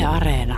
Areena.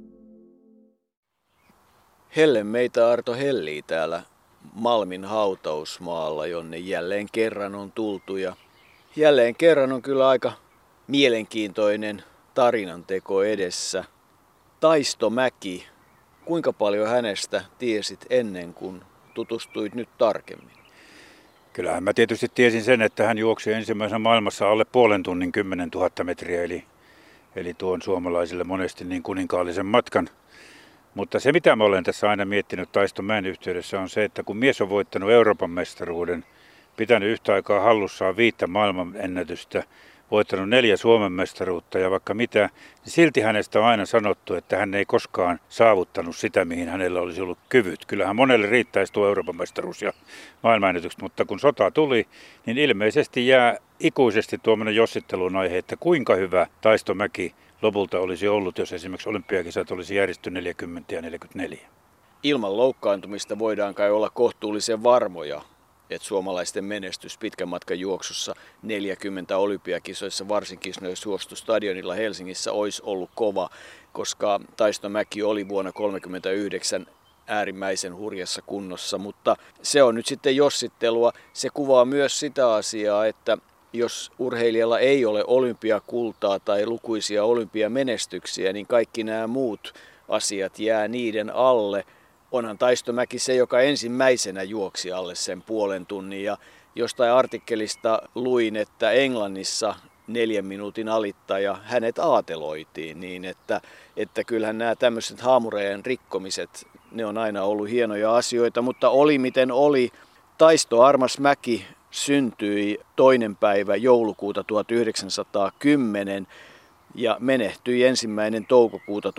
Helle meitä Arto hellii täällä Malmin hautausmaalla, jonne jälleen kerran on tultu. Ja jälleen kerran on kyllä aika mielenkiintoinen tarinanteko edessä. Taisto Mäki, kuinka paljon hänestä tiesit ennen kuin tutustuit nyt tarkemmin? Kyllähän mä tietysti tiesin sen, että hän juoksi ensimmäisenä maailmassa alle puolen tunnin 10 000 metriä, eli tuon suomalaisille monesti niin kuninkaallisen matkan. Mutta se, mitä mä olen tässä aina miettinyt Taisto Mäen yhteydessä, on se, että kun mies on voittanut Euroopan mestaruuden, pitänyt yhtä aikaa hallussaan 5 maailmanennätystä, voittanut 4 Suomen mestaruutta ja vaikka mitä, niin silti hänestä on aina sanottu, että hän ei koskaan saavuttanut sitä, mihin hänellä olisi ollut kyvyt. Kyllähän monelle riittäisi tuo Euroopan mestaruus ja maailmanennätykset, mutta kun sota tuli, niin ilmeisesti jää ikuisesti tuommoinen jossittelun aihe, että kuinka hyvä Taisto Mäki lopulta olisi ollut, jos esimerkiksi olympiakisat olisi järjestetty 40 ja 44. Ilman loukkaantumista voidaan kai olla kohtuullisen varmoja, että suomalaisten menestys pitkän matkan juoksussa 40 olympiakisoissa, varsinkin suostustadionilla Helsingissä, olisi ollut kova, koska Taisto Mäki oli vuonna 1939 äärimmäisen hurjassa kunnossa, mutta se on nyt sitten jossittelua. Se kuvaa myös sitä asiaa, että jos urheilijalla ei ole olympiakultaa tai lukuisia olympiamenestyksiä, niin kaikki nämä muut asiat jää niiden alle. Onhan Taisto Mäki se, joka ensimmäisenä juoksi alle sen puolen tunnin, ja jostain artikkelista luin, että Englannissa 4 minuutin alittaja hänet aateloitiin niin, että kyllähän nämä tämmöiset haamureiden rikkomiset, ne on aina ollut hienoja asioita, mutta oli miten oli. Taisto Armas Mäki syntyi 2. päivä joulukuuta 1910 ja menehtyi 1. toukokuuta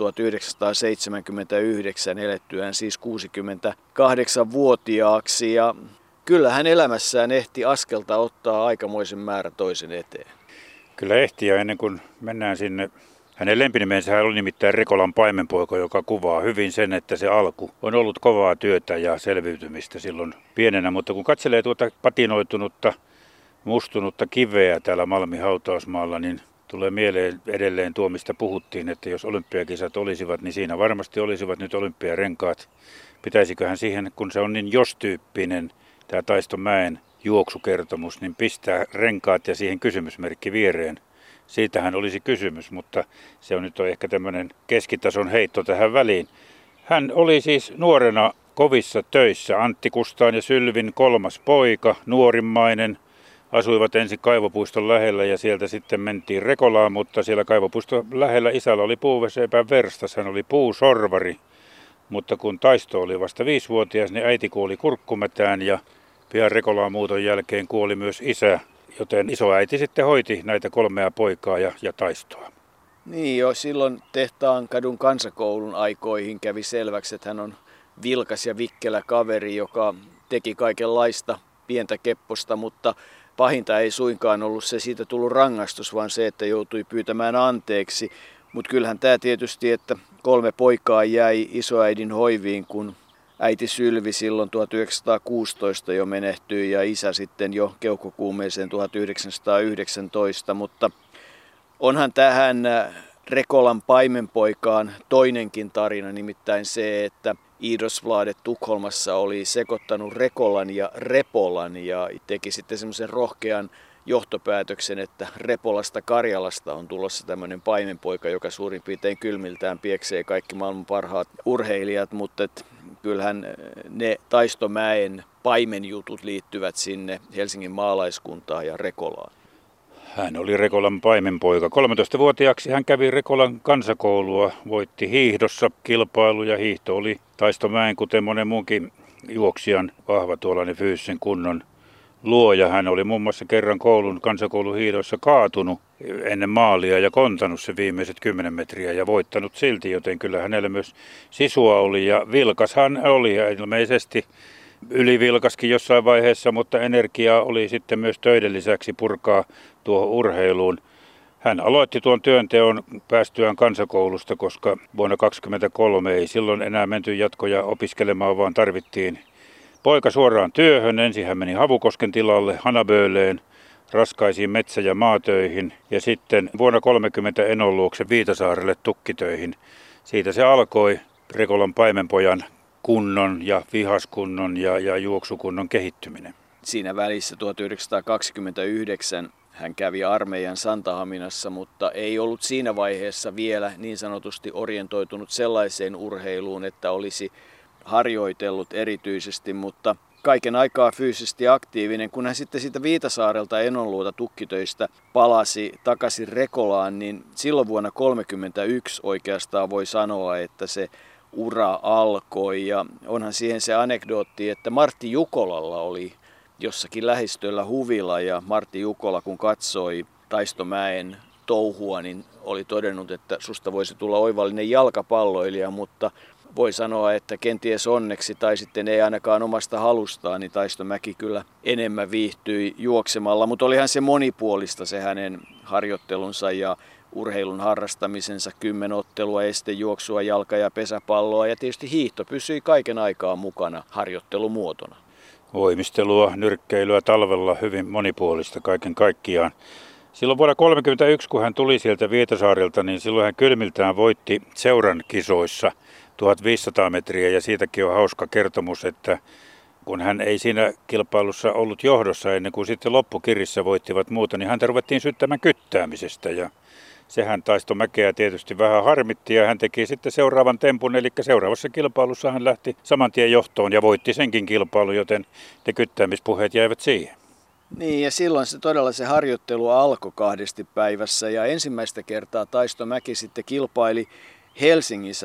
1979 elettyään siis 68-vuotiaaksi. Ja kyllä hän elämässään ehti askelta ottaa aikamoisen määrän toisen eteen. Kyllä ehti, ja ennen kuin mennään sinne, hänen lempinimensä oli nimittäin Rekolan paimenpoika, joka kuvaa hyvin sen, että se alku on ollut kovaa työtä ja selviytymistä silloin pienenä. Mutta kun katselee tuota patinoitunutta, mustunutta kiveä täällä Malmin hautausmaalla, niin tulee mieleen edelleen tuo, mistä puhuttiin, että jos olympiakisat olisivat, niin siinä varmasti olisivat nyt olympiarenkaat. Pitäisiköhän siihen, kun se on niin jos-tyyppinen tämä Taisto Mäen juoksukertomus, niin pistää renkaat ja siihen kysymysmerkki viereen. Siitähän olisi kysymys, mutta se on nyt ehkä tämmöinen keskitason heitto tähän väliin. Hän oli siis nuorena kovissa töissä. Antti Kustaan ja Sylvin 3. poika, nuorimmainen. Asuivat ensin Kaivopuiston lähellä ja sieltä sitten mentiin Rekolaan, mutta siellä Kaivopuiston lähellä isällä oli puuvesepän verstas, hän oli puusorvari. Mutta kun Taisto oli vasta 5-vuotias, niin äiti kuoli kurkkumätään ja pian Rekolaan muuton jälkeen kuoli myös isä, joten isoäiti sitten hoiti näitä 3 poikaa ja Taistoa. Niin jo, silloin Tehtaankadun kansakoulun aikoihin kävi selväksi, että hän on vilkas ja vikkelä kaveri, joka teki kaikenlaista pientä kepposta, mutta pahinta ei suinkaan ollut se siitä tullut rangaistus, vaan se, että joutui pyytämään anteeksi. Mutta kyllähän tämä tietysti, että 3 poikaa jäi isoäidin hoiviin, kun äiti Sylvi silloin 1916 jo menehtyi ja isä sitten jo keuhkokuumeeseen 1919. Mutta onhan tähän Rekolan paimenpoikaan toinenkin tarina, nimittäin se, että Idrottsbladet Tukholmassa oli sekoittanut Rekolan ja Repolan ja teki sitten semmoisen rohkean johtopäätöksen, että Repolasta Karjalasta on tulossa tämmöinen paimenpoika, joka suurin piirtein kylmiltään pieksee kaikki maailman parhaat urheilijat, mutta kyllähän ne Taisto Mäen paimenjutut liittyvät sinne Helsingin maalaiskuntaan ja Rekolaan. Hän oli Rekolan paimenpoika. 13-vuotiaaksi hän kävi Rekolan kansakoulua, voitti hiihdossa kilpailuja. Hiihto oli Taisto Mäen, kuten monen muunkin juoksijan, vahva tuollainen fyysisen kunnon luoja. Hän oli muun muassa kerran kansakoulun hiihdossa kaatunut ennen maalia ja kontanut se viimeiset 10 metriä ja voittanut silti, joten kyllä hänellä myös sisua oli ja vilkas hän oli ja ilmeisesti ylivilkaskin jossain vaiheessa, mutta energiaa oli sitten myös töiden lisäksi purkaa tuohon urheiluun. Hän aloitti tuon työnteon päästyään kansakoulusta, koska vuonna 1923 ei silloin enää menty jatkoja opiskelemaan, vaan tarvittiin poika suoraan työhön. Ensin hän meni Havukosken tilalle Hanaböleen raskaisiin metsä- ja maatöihin ja sitten vuonna 30 Enon luokse Viitasaarelle tukkitöihin. Siitä se alkoi Rekolan paimenpojan kunnon ja vihaskunnon ja juoksukunnon kehittyminen. Siinä välissä 1929 hän kävi armeijan Santahaminassa, mutta ei ollut siinä vaiheessa vielä niin sanotusti orientoitunut sellaiseen urheiluun, että olisi harjoitellut erityisesti, mutta kaiken aikaa fyysisesti aktiivinen. Kun hän sitten siitä Viitasaarelta Enonluota tukkitöistä palasi takaisin Rekolaan, niin silloin vuonna 1931 oikeastaan voi sanoa, että se ura alkoi. Ja onhan siihen se anekdootti, että Martti Jukolalla oli jossakin lähistöllä huvila ja Martti Jukola kun katsoi Taistomäen touhua, niin oli todennut, että susta voisi tulla oivallinen jalkapalloilija, mutta voi sanoa, että kenties onneksi tai sitten ei ainakaan omasta halustaan, niin Taistomäki kyllä enemmän viihtyi juoksemalla, mutta olihan se monipuolista se hänen harjoittelunsa ja urheilun harrastamisensa, 10 ottelua, estejuoksua, jalka- ja pesäpalloa ja tietysti hiihto pysyi kaiken aikaa mukana harjoittelumuotona. Voimistelua, nyrkkeilyä talvella hyvin monipuolista kaiken kaikkiaan. Silloin vuonna 1931, kun hän tuli sieltä Viitasaarilta, niin silloin hän kylmiltään voitti seuran kisoissa 1500 metriä ja siitäkin on hauska kertomus, että kun hän ei siinä kilpailussa ollut johdossa ennen kuin sitten loppukirissä voittivat muuta, niin häntä ruvettiin syyttämään kyttäämisestä ja sehän Taistomäkeä tietysti vähän harmitti ja hän teki sitten seuraavan tempun, eli seuraavassa kilpailussa hän lähti saman tien johtoon ja voitti senkin kilpailun, joten ne kyttäämispuheet jäivät siihen. Niin ja silloin se todella se harjoittelu alkoi 2 päivässä ja ensimmäistä kertaa Taistomäki sitten kilpaili Helsingissä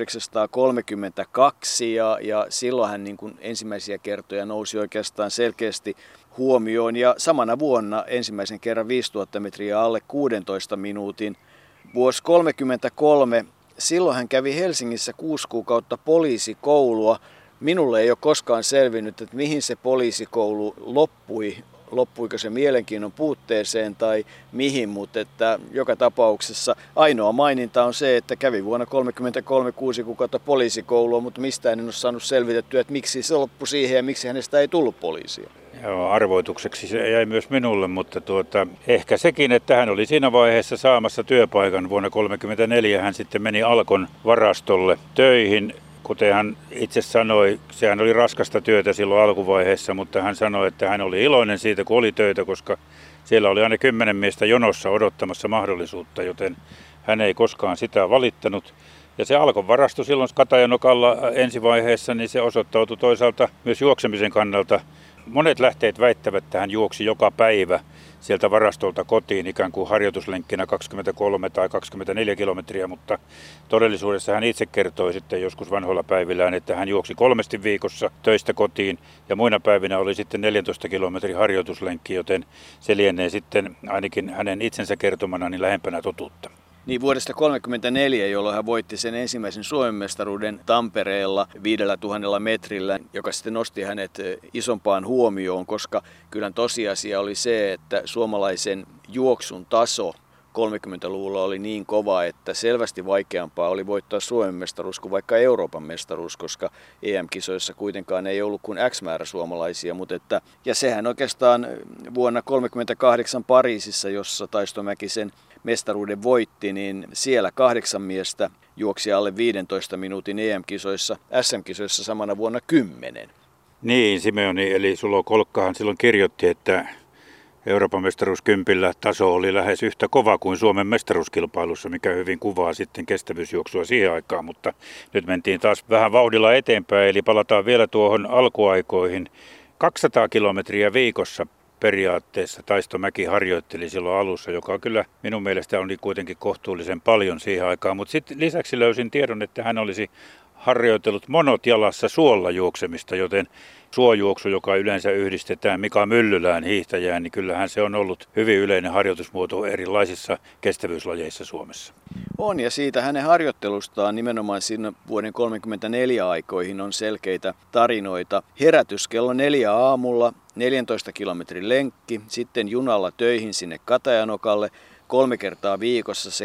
1932 ja silloin hän niin kuin ensimmäisiä kertoja nousi oikeastaan selkeästi huomioon ja samana vuonna ensimmäisen kerran 5000 metriä alle 16 minuutin. Vuosi 1933, silloin hän kävi Helsingissä 6 kuukautta poliisikoulua. Minulle ei ole koskaan selvinnyt, että mihin se poliisikoulu loppui. Loppuiko se mielenkiinnon puutteeseen tai mihin, mutta että joka tapauksessa ainoa maininta on se, että kävi vuonna 1933 6 kuukautta poliisikoulua, mutta mistään en ole saanut selvitettyä, että miksi se loppui siihen ja miksi hänestä ei tullut poliisia. Joo, arvoitukseksi se jäi myös minulle, mutta ehkä sekin, että hän oli siinä vaiheessa saamassa työpaikan. Vuonna 1934 hän sitten meni Alkon varastolle töihin. Kuten hän itse sanoi, sehän oli raskasta työtä silloin alkuvaiheessa, mutta hän sanoi, että hän oli iloinen siitä, kun oli töitä, koska siellä oli aina 10 miestä jonossa odottamassa mahdollisuutta, joten hän ei koskaan sitä valittanut. Ja se Alkon varasto silloin Katajanokalla ensivaiheessa, niin se osoittautui toisaalta myös juoksemisen kannalta. Monet lähteet väittävät, että hän juoksi joka päivä sieltä varastolta kotiin ikään kuin harjoituslenkkinä 23 tai 24 kilometriä, mutta todellisuudessa hän itse kertoi sitten joskus vanhoilla päivillään, että hän juoksi 3 viikossa töistä kotiin ja muina päivinä oli sitten 14 kilometrin harjoituslenkki, joten se lienee sitten ainakin hänen itsensä kertomana niin lähempänä totuutta. Niin vuodesta 1934, jolloin hän voitti sen ensimmäisen Suomen mestaruuden Tampereella 5000 metrillä, joka sitten nosti hänet isompaan huomioon, koska kyllä tosiasia oli se, että suomalaisen juoksun taso 30-luvulla oli niin kova, että selvästi vaikeampaa oli voittaa Suomen mestaruus kuin vaikka Euroopan mestaruus, koska EM-kisoissa kuitenkaan ei ollut kuin X määrä suomalaisia. Ja sehän oikeastaan vuonna 1938 Pariisissa, jossa Taistomäki sen mestaruuden voitti, niin siellä 8 miestä juoksi alle 15 minuutin EM-kisoissa, SM-kisoissa samana vuonna 10. Niin, Simeoni eli Sulo Kolkkahan silloin kirjoitti, että Euroopan mestaruuskympillä taso oli lähes yhtä kova kuin Suomen mestaruuskilpailussa, mikä hyvin kuvaa sitten kestävyysjuoksua siihen aikaan, mutta nyt mentiin taas vähän vauhdilla eteenpäin, eli palataan vielä tuohon alkuaikoihin. 200 kilometriä viikossa periaatteessa Taistomäki harjoitteli silloin alussa, joka kyllä minun mielestä oli kuitenkin kohtuullisen paljon siihen aikaan, mutta sitten lisäksi löysin tiedon, että hän olisi harjoitellut monot jalassa suolla juoksemista, joten suojuoksu, joka yleensä yhdistetään Mika Myllylään hiihtäjään, niin kyllähän se on ollut hyvin yleinen harjoitusmuoto erilaisissa kestävyyslajeissa Suomessa. On ja siitä hänen harjoittelustaan nimenomaan siinä vuoden 1934 aikoihin on selkeitä tarinoita. Herätys kello 4 aamulla, 14 kilometrin lenkki, sitten junalla töihin sinne Katajanokalle, 3 kertaa viikossa se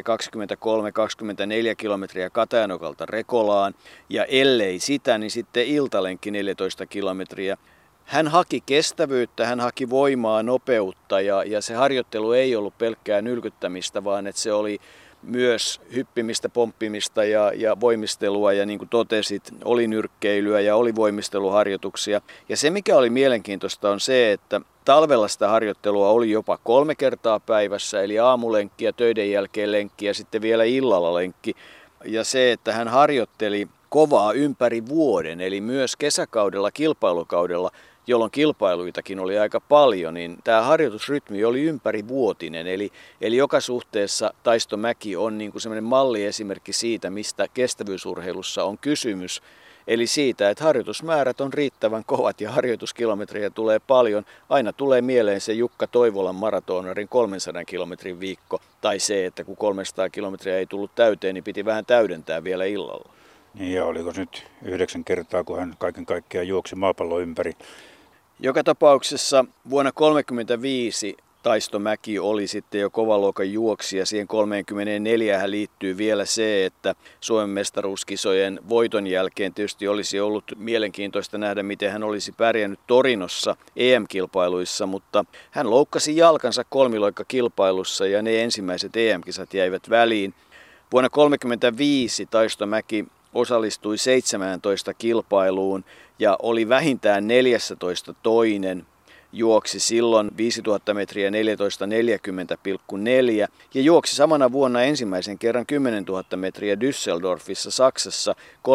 23-24 kilometriä Katajanokalta Rekolaan ja ellei sitä, niin sitten iltalenkki 14 kilometriä Hän haki kestävyyttä, hän haki voimaa, nopeutta ja se harjoittelu ei ollut pelkkää nylkyttämistä, vaan että se oli myös hyppimistä, pomppimista ja voimistelua ja niin kuin totesit, oli nyrkkeilyä ja oli voimisteluharjoituksia. Ja se mikä oli mielenkiintoista on se, että talvella sitä harjoittelua oli jopa 3 kertaa päivässä, eli aamulenkki ja töiden jälkeen lenkki ja sitten vielä illalla lenkki. Ja se, että hän harjoitteli kovaa ympäri vuoden, eli myös kesäkaudella, kilpailukaudella, jolloin kilpailuitakin oli aika paljon, niin tämä harjoitusrytmi oli ympärivuotinen. Eli joka suhteessa Taistomäki on niin kuin sellainen malliesimerkki siitä, mistä kestävyysurheilussa on kysymys. Eli siitä, että harjoitusmäärät on riittävän kovat ja harjoituskilometrejä tulee paljon. Aina tulee mieleen se Jukka Toivolan maratonarin 300 kilometrin viikko. Tai se, että kun 300 kilometriä ei tullut täyteen, niin piti vähän täydentää vielä illalla. Niin ja oliko se nyt 9 kertaa, kun hän kaiken kaikkiaan juoksi maapallon ympäri? Joka tapauksessa vuonna 1935 Taistomäki oli sitten jo kovan luokan juoksija. Siihen 34 liittyy vielä se, että Suomen mestaruuskisojen voiton jälkeen tietysti olisi ollut mielenkiintoista nähdä, miten hän olisi pärjännyt Torinossa EM-kilpailuissa, mutta hän loukkasi jalkansa kolmiloikkakilpailussa ja ne ensimmäiset EM-kisat jäivät väliin. Vuonna 1935 Taistomäki osallistui 17 kilpailuun ja oli vähintään 14 toinen. Juoksi silloin 5000 metriä 14.40,4 ja juoksi samana vuonna ensimmäisen kerran 10 000 metriä Düsseldorfissa Saksassa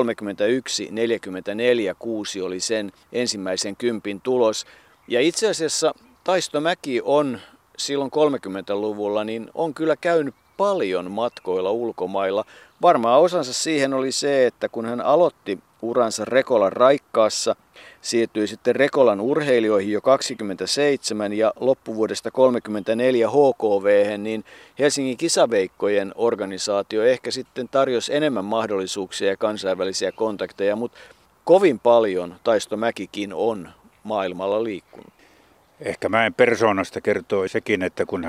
31.44,6 oli sen ensimmäisen kympin tulos. Ja itse asiassa Taistomäki on silloin 30-luvulla niin on kyllä käynyt paljon matkoilla ulkomailla. Varmaan osansa siihen oli se, että kun hän aloitti uransa Rekolan Raikkaassa, siirtyi sitten Rekolan urheilijoihin jo 27 ja loppuvuodesta 34 HKV:hen, niin Helsingin kisaveikkojen organisaatio ehkä sitten tarjosi enemmän mahdollisuuksia ja kansainvälisiä kontakteja, mutta kovin paljon Taistomäkikin on maailmalla liikkunut. Ehkä mäen persoonasta kertoo sekin, että kun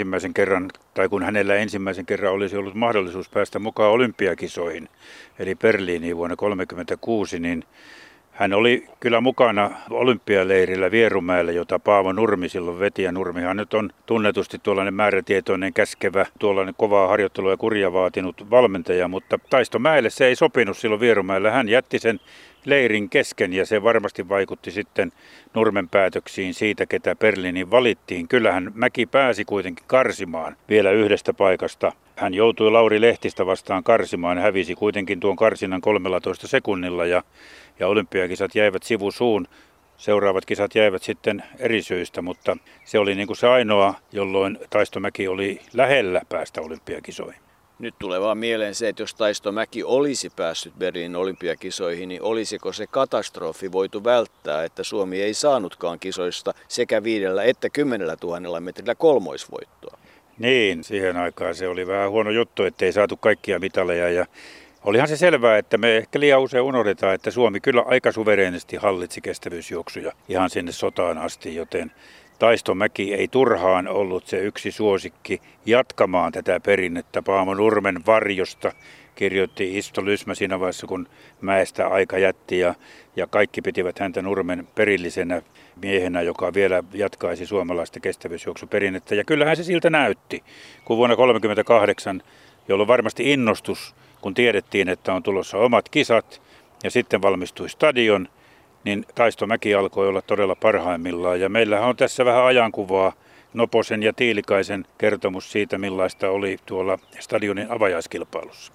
hänellä ensimmäisen kerran olisi ollut mahdollisuus päästä mukaan olympiakisoihin, eli Berliiniin vuonna 1936, niin hän oli kyllä mukana olympialeirillä Vierumäellä, jota Paavo Nurmi silloin veti. Ja Nurmihan nyt on tunnetusti tuollainen määrätietoinen, käskevä, tuollainen kovaa harjoittelua ja kuria vaatinut valmentaja, mutta Taistomäelle se ei sopinut silloin Vierumäellä. Hän jätti sen leirin kesken ja se varmasti vaikutti sitten Nurmen päätöksiin siitä, ketä Berliiniin valittiin. Kyllähän Mäki pääsi kuitenkin karsimaan vielä yhdestä paikasta. Hän joutui Lauri Lehtistä vastaan karsimaan ja hävisi kuitenkin tuon karsinnan 13 sekunnilla ja olympiakisat jäivät sivusuun. Seuraavat kisat jäivät sitten eri syistä, mutta se oli niin kuin se ainoa, jolloin Taistomäki oli lähellä päästä olympiakisoihin. Nyt tulee vaan mieleen se, että jos Taistomäki olisi päässyt Berliinin olympiakisoihin, niin olisiko se katastrofi voitu välttää, että Suomi ei saanutkaan kisoista sekä 5 että 10 000 metrillä kolmoisvoittoa? Niin, siihen aikaan se oli vähän huono juttu, ettei saatu kaikkia mitaleja ja olihan se selvää, että me ehkä liian usein unohdetaan, että Suomi kyllä aika suvereenisti hallitsi kestävyysjuoksuja ihan sinne sotaan asti, joten Taistomäki ei turhaan ollut se yksi suosikki jatkamaan tätä perinnettä. Paavo Nurmen varjosta kirjoitti Isto Lysmä siinä vaiheessa, kun mäestä aika jätti ja kaikki pitivät häntä Nurmen perillisenä miehenä, joka vielä jatkaisi suomalaista kestävyysjuoksuperinnettä. Ja kyllähän se siltä näytti, kun vuonna 1938, jolloin varmasti innostus, kun tiedettiin, että on tulossa omat kisat ja sitten valmistui stadion, niin Taistomäki alkoi olla todella parhaimmillaan. Ja meillähän on tässä vähän ajankuvaa, Noposen ja Tiilikaisen kertomus siitä, millaista oli tuolla stadionin avajaiskilpailussa.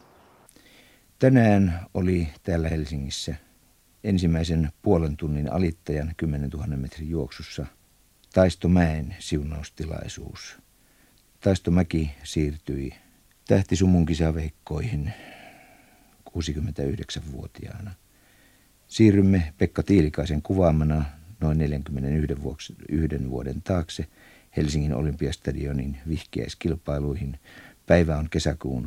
Tänään oli täällä Helsingissä ensimmäisen puolen tunnin alittajan 10 000 metrin juoksussa Taistomäen siunaustilaisuus. Taistomäki siirtyi tähtisumun kisaveikkoihin 69-vuotiaana. Siirrymme Pekka Tiilikaisen kuvaamana noin 41 vuoden taakse Helsingin Olympiastadionin vihkiäiskilpailuihin. Päivä on kesäkuun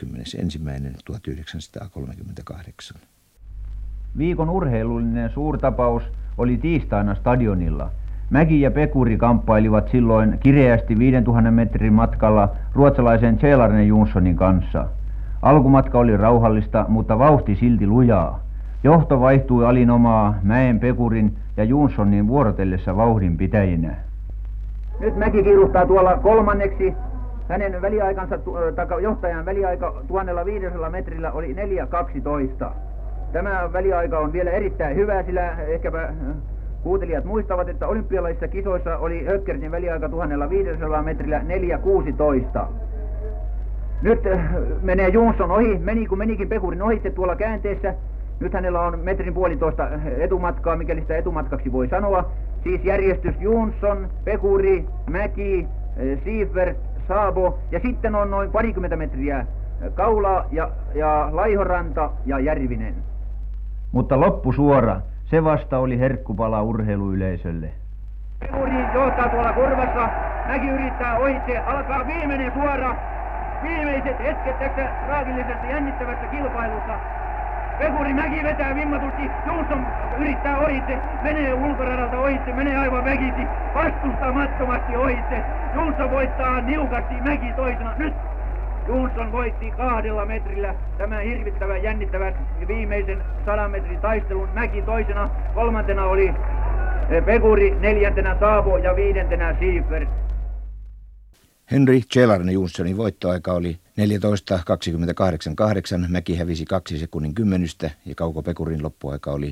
21.1938. Viikon urheilullinen suurtapaus oli tiistaina stadionilla. Mäki ja Pekuri kamppailivat silloin kireästi 5000 metrin matkalla ruotsalaisen Tjelarne Jonssonin kanssa. Alkumatka oli rauhallista, mutta vauhti silti lujaa. Johto vaihtui alinomaa Mäen Pekurin ja Jonssonin vuorotellessa vauhdinpitäjinä. Nyt Mäki kiiruhtaa tuolla kolmanneksi. Hänen väliaikansa, johtajan väliaika 1500 metrillä oli 4.12. Tämä väliaika on vielä erittäin hyvä, sillä ehkäpä kuuntelijat muistavat, että olympialaisissa kisoissa oli Höckertin väliaika 1500 metrillä 4.16. Nyt menee Jonsson ohi, menikin Pekurin ohitse tuolla käänteessä. Nyt hänellä on 1,5 metriä etumatkaa, mikäli sitä etumatkaksi voi sanoa. Siis järjestys Jonsson, Pekuri, Mäki, Sievert, Saabo ja sitten on noin 20 metriä Kaula ja Laihoranta ja Järvinen. Mutta loppusuora, se vasta oli herkkupala urheiluyleisölle. Pekuri johtaa tuolla kurvassa, Mäki yrittää ohitse, alkaa viimeinen suora. Viimeiset hetket tässä traagisessa jännittävässä kilpailussa. Pekuri Mäki vetää vimmatusti, Jonsson yrittää ohitse, menee ulkoradalta ohitse, menee aivan väkisi, vastustamattomasti ohitse. Jonsson voittaa niukasti, Mäki toisena. Nyt Jonsson voitti 2 metrillä tämän hirvittävän jännittävän viimeisen 100 metrin taistelun. Mäki toisena, kolmantena oli Pekuri, neljäntenä Saabo ja viidentenä Sievert. Henri Celarne Jonssonin voittoaika oli 14.28.8, Mäki hävisi 2 sekunnin kymmenystä ja Kauko Pekurin loppuaika oli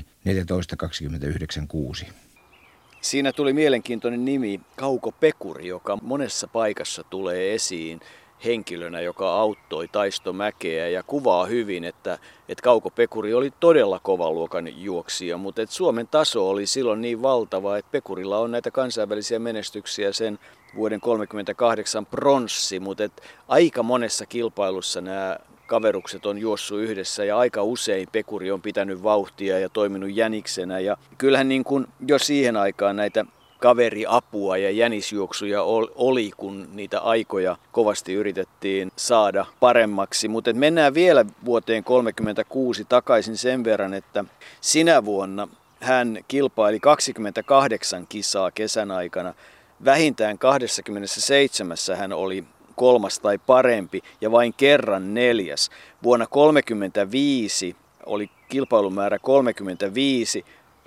14.29.6. Siinä tuli mielenkiintoinen nimi Kauko Pekuri, joka monessa paikassa tulee esiin henkilönä, joka auttoi Taisto Mäkeä ja kuvaa hyvin, että Kauko Pekuri oli todella kovan luokan juoksija, mutta Suomen taso oli silloin niin valtava, että Pekurilla on näitä kansainvälisiä menestyksiä, sen vuoden 1938 pronssi, mutta aika monessa kilpailussa nämä kaverukset on juossut yhdessä ja aika usein Pekuri on pitänyt vauhtia ja toiminut jäniksenä ja kyllähän niin kuin jo siihen aikaan näitä kaveriapua ja jänisjuoksuja oli, kun niitä aikoja kovasti yritettiin saada paremmaksi. Mutta mennään vielä vuoteen 1936 takaisin sen verran, että sinä vuonna hän kilpaili 28 kisaa kesän aikana. Vähintään 27 hän oli 3. tai parempi ja vain kerran 4. Vuonna 1935 oli kilpailumäärä 35,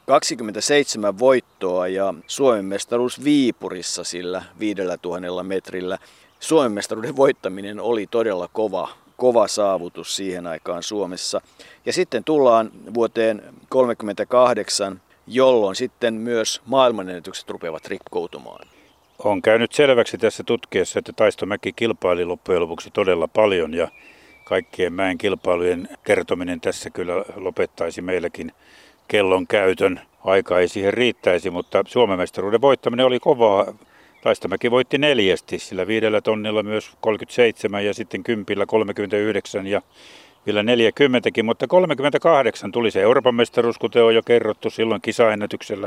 27 voittoa ja Suomen mestaruus Viipurissa sillä 5000 metrillä. Suomen mestaruuden voittaminen oli todella kova saavutus siihen aikaan Suomessa. Ja sitten tullaan vuoteen 1938, jolloin sitten myös maailmanennätykset rupeavat rikkoutumaan. On käynyt selväksi tässä tutkiessa, että Taisto Mäki kilpaili loppujen lopuksi todella paljon ja kaikkien mäen kilpailujen kertominen tässä kyllä lopettaisi meilläkin kellon käytön. Aika ei siihen riittäisi, mutta Suomen mestaruuden voittaminen oli kovaa. Taisto Mäki voitti 4, sillä 5 tonnilla myös 37 ja sitten 10 39 ja vielä 40kin, mutta 38 tuli se Euroopan mestaruus, kuten on jo kerrottu silloin kisaennätyksellä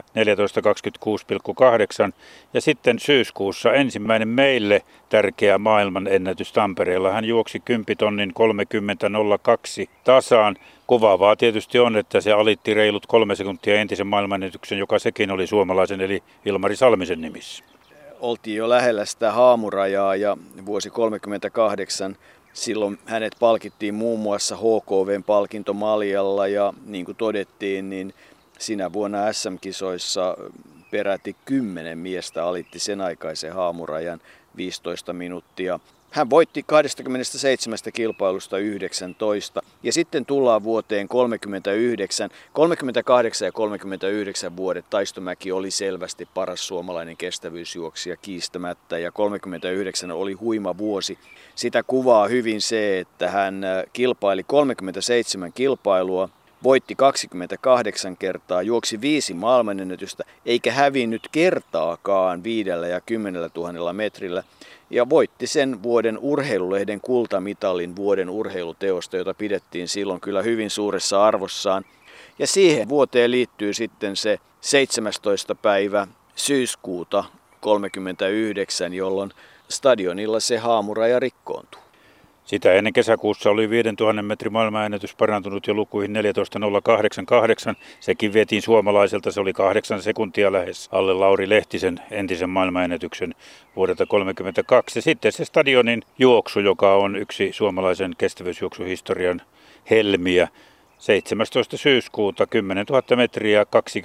14.26,8 ja sitten syyskuussa ensimmäinen meille tärkeä maailmanennätys Tampereella. Hän juoksi 10 tonnin 30.02 tasaan. Kuvaavaa tietysti on, että se alitti reilut 3 sekuntia entisen maailmanennätyksen, joka sekin oli suomalaisen eli Ilmari Salmisen nimissä. Oltiin jo lähellä sitä haamurajaa ja vuosi 1938 silloin hänet palkittiin muun muassa HKV:n palkintomaljalla ja niin kuin todettiin, niin sinä vuonna SM-kisoissa peräti 10 miestä alitti sen aikaisen haamurajan 15 minuuttia. Hän voitti 27 kilpailusta 19 ja sitten tullaan vuoteen 1939. 38 ja 39 vuodet Taisto Mäki oli selvästi paras suomalainen kestävyysjuoksija kiistämättä ja 39 oli huima vuosi. Sitä kuvaa hyvin se, että hän kilpaili 37 kilpailua, voitti 28 kertaa, juoksi 5 maailmanennätystä eikä hävinnyt kertaakaan 5 ja 10 000 metrillä. Ja voitti sen vuoden urheilulehden kultamitalin vuoden urheiluteosta, jota pidettiin silloin kyllä hyvin suuressa arvossaan. Ja siihen vuoteen liittyy sitten se 17. päivä syyskuuta 1939, jolloin stadionilla se haamuraja rikkoontuu. Sitä ennen kesäkuussa oli 5000 metrin maailmanennätys parantunut jo lukuihin 14.088. Sekin vietiin suomalaiselta, se oli 8 sekuntia lähes alle Lauri Lehtisen entisen maailmanennätyksen vuodelta 1932. Sitten se stadionin juoksu, joka on yksi suomalaisen kestävyysjuoksuhistorian helmiä. 17. syyskuuta 10 000 metriä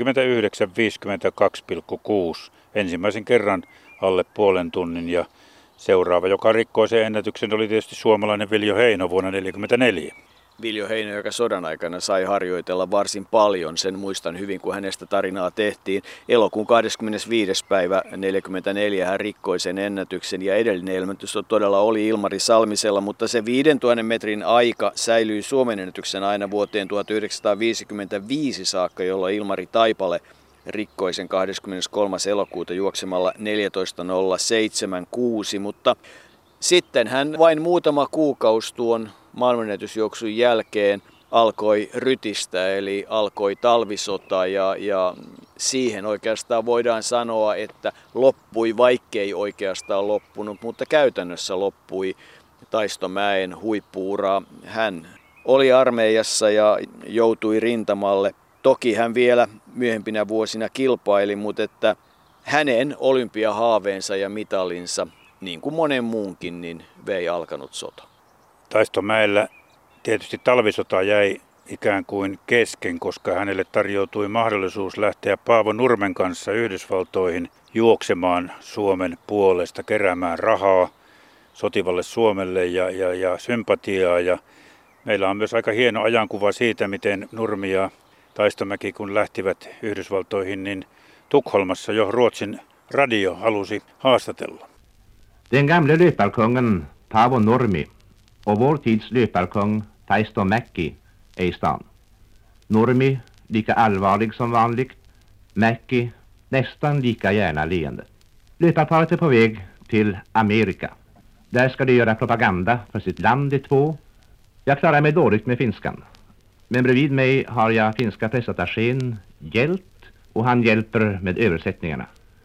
29.52,6 ensimmäisen kerran alle puolen tunnin ja seuraava, joka rikkoi sen ennätyksen, oli tietysti suomalainen Viljo Heino vuonna 1944. Viljo Heino, joka sodan aikana sai harjoitella varsin paljon, sen muistan hyvin, kun hänestä tarinaa tehtiin. Elokuun 25. päivä 1944 hän rikkoi sen ennätyksen ja edellinen ennätys todella oli Ilmari Salmisella, mutta se 5000 metrin aika säilyi Suomen ennätyksen aina vuoteen 1955 saakka, jolloin Ilmari Taipale rikkoi sen 23. elokuuta juoksemalla 14.076, mutta sitten hän vain muutama kuukausi tuon maailmanennätysjuoksun jälkeen alkoi rytistä, eli alkoi talvisota ja siihen oikeastaan voidaan sanoa, että loppui, vaikkei oikeastaan loppunut, mutta käytännössä loppui Taistomäen huippu-ura. Hän oli armeijassa ja joutui rintamalle. Toki hän vielä myöhempinä vuosina kilpaili, mutta että hänen olympiahaaveensa ja mitalinsa, niin kuin monen muunkin, niin vei alkanut sota. Taistomäellä tietysti talvisota jäi ikään kuin kesken, koska hänelle tarjoutui mahdollisuus lähteä Paavo Nurmen kanssa Yhdysvaltoihin juoksemaan Suomen puolesta, keräämään rahaa sotivalle Suomelle ja sympatiaa. Ja meillä on myös aika hieno ajankuva siitä, miten Nurmi ja Taistomäki, kun lähtivät Yhdysvaltoihin, niin Tukholmassa jo Ruotsin radio halusi haastatella. Den gamle löparkungen Paavo Nurmi och vår tids löparkung Taistomäki är i stan. Nurmi lika allvarlig som vanligt, Mäki nästan lika gärna leende. Löparparet är på väg till Amerika. Där ska de göra propaganda för sitt land de två. Jag klarar mig dåligt med finskan. Men bredvid mig har jag finska pressattachén Hjält och han hjälper med översättningarna.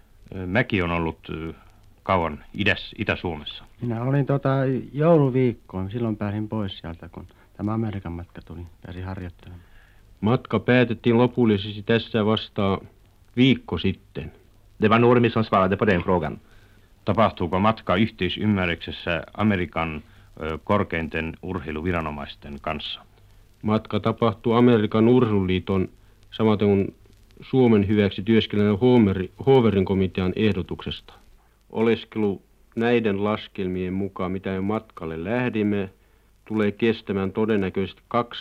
Mäki on ollut kauan Itä-Suomessa. Minä olin jouluviikkoon, silloin pääsin pois sieltä, kun tämä Amerikan matka tuli, pääsin harjoittelemaan. Matka päätettiin lopullisesti tässä vasta viikko sitten. Det var Nurmi som svarade på den frågan. Tapahtuuko matka yhteisymmärryksessä Amerikan korkeinten urheiluviranomaisten kanssa? Matka tapahtuu Amerikan urheiluliiton samaten kuin Suomen hyväksi työskennellen Hooverin komitean ehdotuksesta. Oleskelu näiden laskelmien mukaan, mitä jo matkalle lähdimme, tulee kestämään todennäköisesti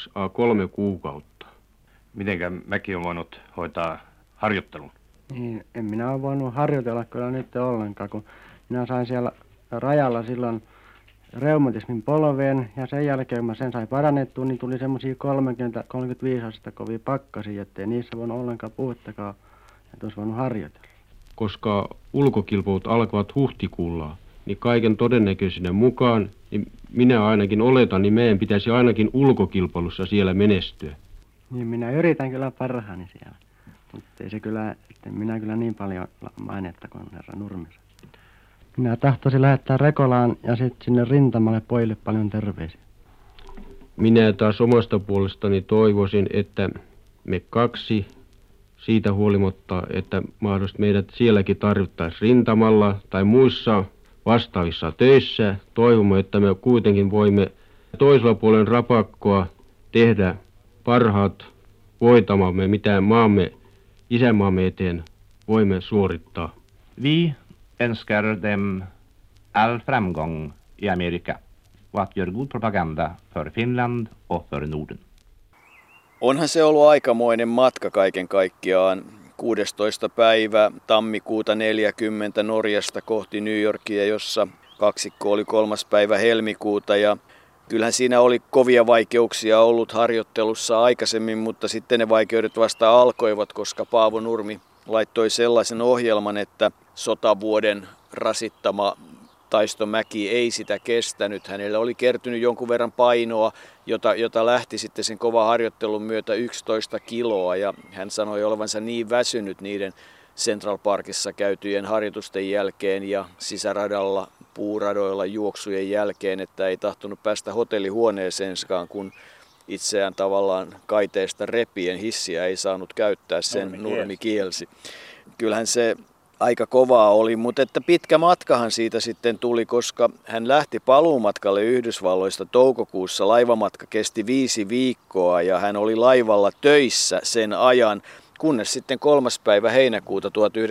2-3 kuukautta. Mitenkä Mäki on voinut hoitaa harjoittelun? Niin, en minä ole voinut harjoitella kyllä nyt ollenkaan, kun minä sain siellä rajalla silloin reumatismin polveen ja sen jälkeen, kun mä sen sain parannettua, niin tuli semmoisia 30-35 astetta kovia pakkasia, ettei niissä voinut ollenkaan puhuttakaan, että olisi voinut harjoitella. Koska ulkokilpailut alkavat huhtikuulla, niin kaiken todennäköisenä mukaan, niin minä ainakin oletan, niin meidän pitäisi ainakin ulkokilpailussa siellä menestyä. Niin minä yritän kyllä parhaani siellä, mutta ei se kyllä, minä kyllä niin paljon mainetta kuin herra Nurmisen. Minä tahtoisin lähettää Rekolaan ja sitten sinne rintamalle pojille paljon terveisiä. Minä taas omasta puolestani toivoisin, että me kaksi, siitä huolimatta, että mahdollisesti meidät sielläkin tarvittaisiin rintamalla tai muissa vastaavissa töissä, toivomme, että me kuitenkin voimme toisella puolen rapakkoa tehdä parhaat voitamamme, mitä isänmaamme eteen voimme suorittaa. Vi önskar dem all framgång i Amerika och att göra god propaganda för Finland och för Norden. Onhan se ollut aikamoinen matka kaiken kaikkiaan. 16. päivä tammikuuta 40 Norjasta kohti New Yorkia, jossa kaksikko oli 3. päivä helmikuuta. Ja kyllähän siinä oli kovia vaikeuksia ollut harjoittelussa aikaisemmin, mutta sitten ne vaikeudet vasta alkoivat, koska Paavo Nurmi laittoi sellaisen ohjelman, että sotavuoden rasittama Taistomäki ei sitä kestänyt. Hänellä oli kertynyt jonkun verran painoa, jota lähti sitten sen kovan harjoittelun myötä 11 kiloa. Ja hän sanoi olevansa niin väsynyt niiden Central Parkissa käytyjen harjoitusten jälkeen ja sisäradalla, puuradoilla juoksujen jälkeen, että ei tahtonut päästä hotellihuoneeseenkaan, kun itseään tavallaan kaiteesta repien hissiä ei saanut käyttää, sen Nurmi kielsi. Kyllähän se aika kovaa oli, mutta että pitkä matkahan siitä sitten tuli, koska hän lähti paluumatkalle Yhdysvalloista toukokuussa. Laivamatka kesti 5 viikkoa ja hän oli laivalla töissä sen ajan, kunnes sitten 3. päivä heinäkuuta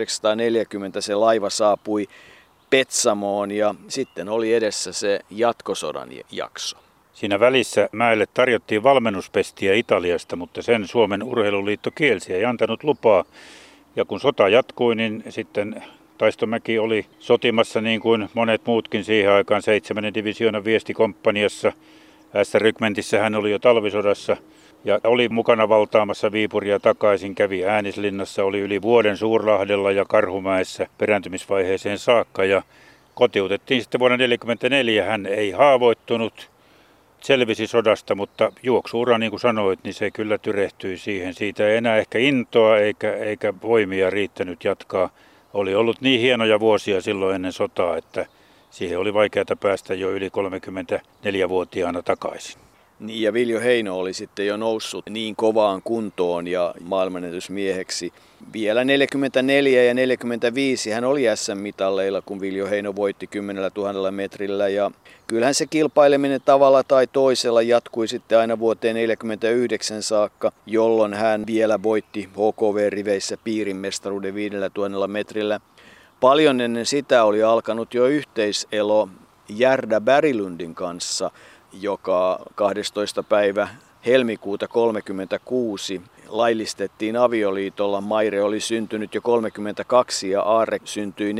1940 se laiva saapui Petsamoon ja sitten oli edessä se jatkosodan jakso. Siinä välissä mäelle tarjottiin valmennuspestiä Italiasta, mutta sen Suomen urheiluliitto kielsi, ei antanut lupaa. Ja kun sota jatkui, niin sitten Taistomäki oli sotimassa niin kuin monet muutkin siihen aikaan 7. divisioonan viestikomppaniassa. S-rykmentissä hän oli jo talvisodassa ja oli mukana valtaamassa Viipuria takaisin, kävi Äänislinnassa, oli yli vuoden Suurlahdella ja Karhumäessä perääntymisvaiheeseen saakka ja kotiutettiin sitten vuonna 1944. Hän ei haavoittunut, selvisi sodasta, mutta juoksuura, niin kuin sanoit, niin se kyllä tyrehtyi siihen. Siitä ei enää ehkä intoa eikä voimia riittänyt jatkaa. Oli ollut niin hienoja vuosia silloin ennen sotaa, että siihen oli vaikeaa päästä jo yli 34-vuotiaana takaisin. Niin, ja Viljo Heino oli sitten jo noussut niin kovaan kuntoon ja maailmanennätysmieheksi. Vielä 44 ja 45 hän oli SM-mitalleilla, kun Viljo Heino voitti 10 000 metrillä. Ja kyllähän se kilpaileminen tavalla tai toisella jatkui sitten aina vuoteen 49 saakka, jolloin hän vielä voitti HKV-riveissä piirinmestaruuden 5 000 metrillä. Paljon ennen sitä oli alkanut jo yhteiselo Gerda Berglundin kanssa, joka 12. päivä helmikuuta 1936 laillistettiin avioliitolla. Maire oli syntynyt jo 32 ja Aare syntyi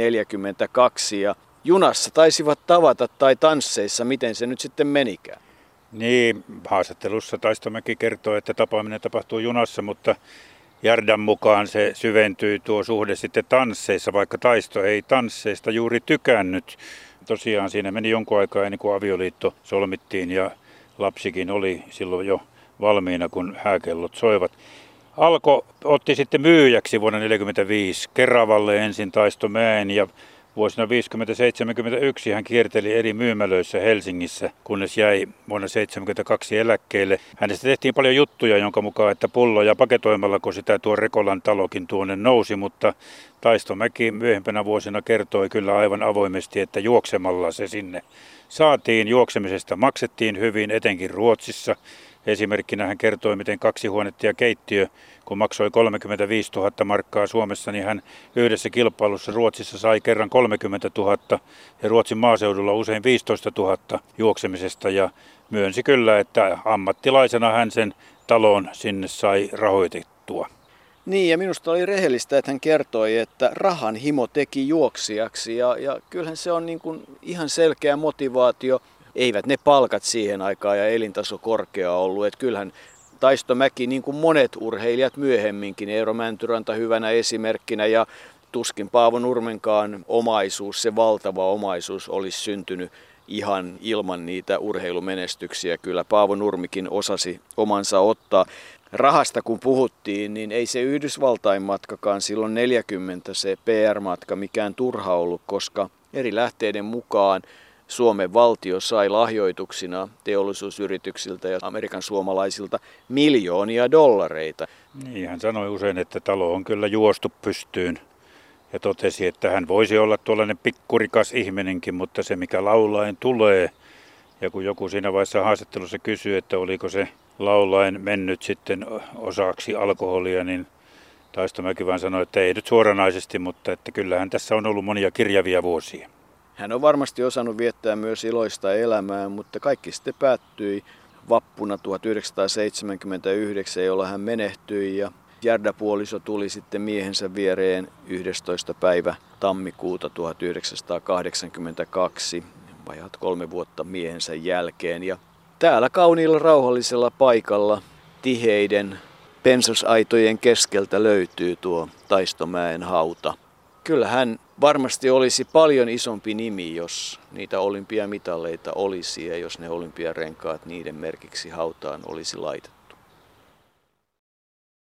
42 ja junassa taisivat tavata tai tansseissa, miten se nyt sitten menikään. Niin, haastattelussa Taistomäki kertoo, että tapaaminen tapahtuu junassa, mutta Jardan mukaan se syventyi tuo suhde sitten tansseissa, vaikka Taisto ei tansseista juuri tykännyt. Tosiaan siinä meni jonkun aikaa ennen kuin avioliitto solmittiin ja lapsikin oli silloin jo valmiina, kun hääkellot soivat. Alko otti sitten myyjäksi vuonna 1945 Keravalle ensin Taistomäen ja vuosina 50-71 hän kierteli eri myymälöissä Helsingissä, kunnes jäi vuonna 1972 eläkkeelle. Hänestä tehtiin paljon juttuja, jonka mukaan, että pulloja paketoimalla, kun sitä tuo Rekolan talokin tuonne nousi, mutta Taistomäki myöhempänä vuosina kertoi kyllä aivan avoimesti, että juoksemalla se sinne saatiin. Juoksemisesta maksettiin hyvin, etenkin Ruotsissa. Esimerkkinä hän kertoi, miten 2 huonetta ja keittiö, kun maksoi 35 000 markkaa Suomessa, niin hän yhdessä kilpailussa Ruotsissa sai kerran 30 000 ja Ruotsin maaseudulla usein 15 000 juoksemisesta ja myönsi kyllä, että ammattilaisena hän sen talon sinne sai rahoitettua. Niin, ja minusta oli rehellistä, että hän kertoi, että rahan himo teki juoksijaksi ja kyllähän se on niin kuin ihan selkeä motivaatio. Eivät ne palkat siihen aikaan ja elintaso korkea ollut. Että kyllähän Taistomäki, niin kuin monet urheilijat myöhemminkin, Eero Mäntyranta hyvänä esimerkkinä ja tuskin Paavo Nurmenkaan omaisuus, se valtava omaisuus olisi syntynyt ihan ilman niitä urheilumenestyksiä. Kyllä Paavo Nurmikin osasi omansa ottaa. Rahasta kun puhuttiin, niin ei se Yhdysvaltain matkakaan silloin 40 se PR-matka mikään turha ollut, koska eri lähteiden mukaan Suomen valtio sai lahjoituksina teollisuusyrityksiltä ja Amerikan suomalaisilta miljoonia dollareita. Niin, hän sanoi usein, että talo on kyllä juostu pystyyn ja totesi, että hän voisi olla tuollainen pikkurikas ihminenkin, mutta se mikä laulaen tulee. Ja kun joku siinä vaiheessa haastattelussa kysyi, että oliko se laulaen mennyt sitten osaksi alkoholia, niin Taistomäki vaan sanoi, että ei nyt suoranaisesti, mutta että kyllähän tässä on ollut monia kirjavia vuosia. Hän on varmasti osannut viettää myös iloista elämää, mutta kaikki sitten päättyi vappuna 1979, jolloin hän menehtyi ja Gerda-puoliso tuli sitten miehensä viereen 11. päivä tammikuuta 1982, vajaat 3 vuotta miehensä jälkeen. Ja täällä kauniilla rauhallisella paikalla tiheiden pensasaitojen keskeltä löytyy tuo Taistomäen hauta. Kyllä hän varmasti olisi paljon isompi nimi, jos niitä olympiamitalleita olisi ja jos ne olympiarenkaat niiden merkiksi hautaan olisi laitettu.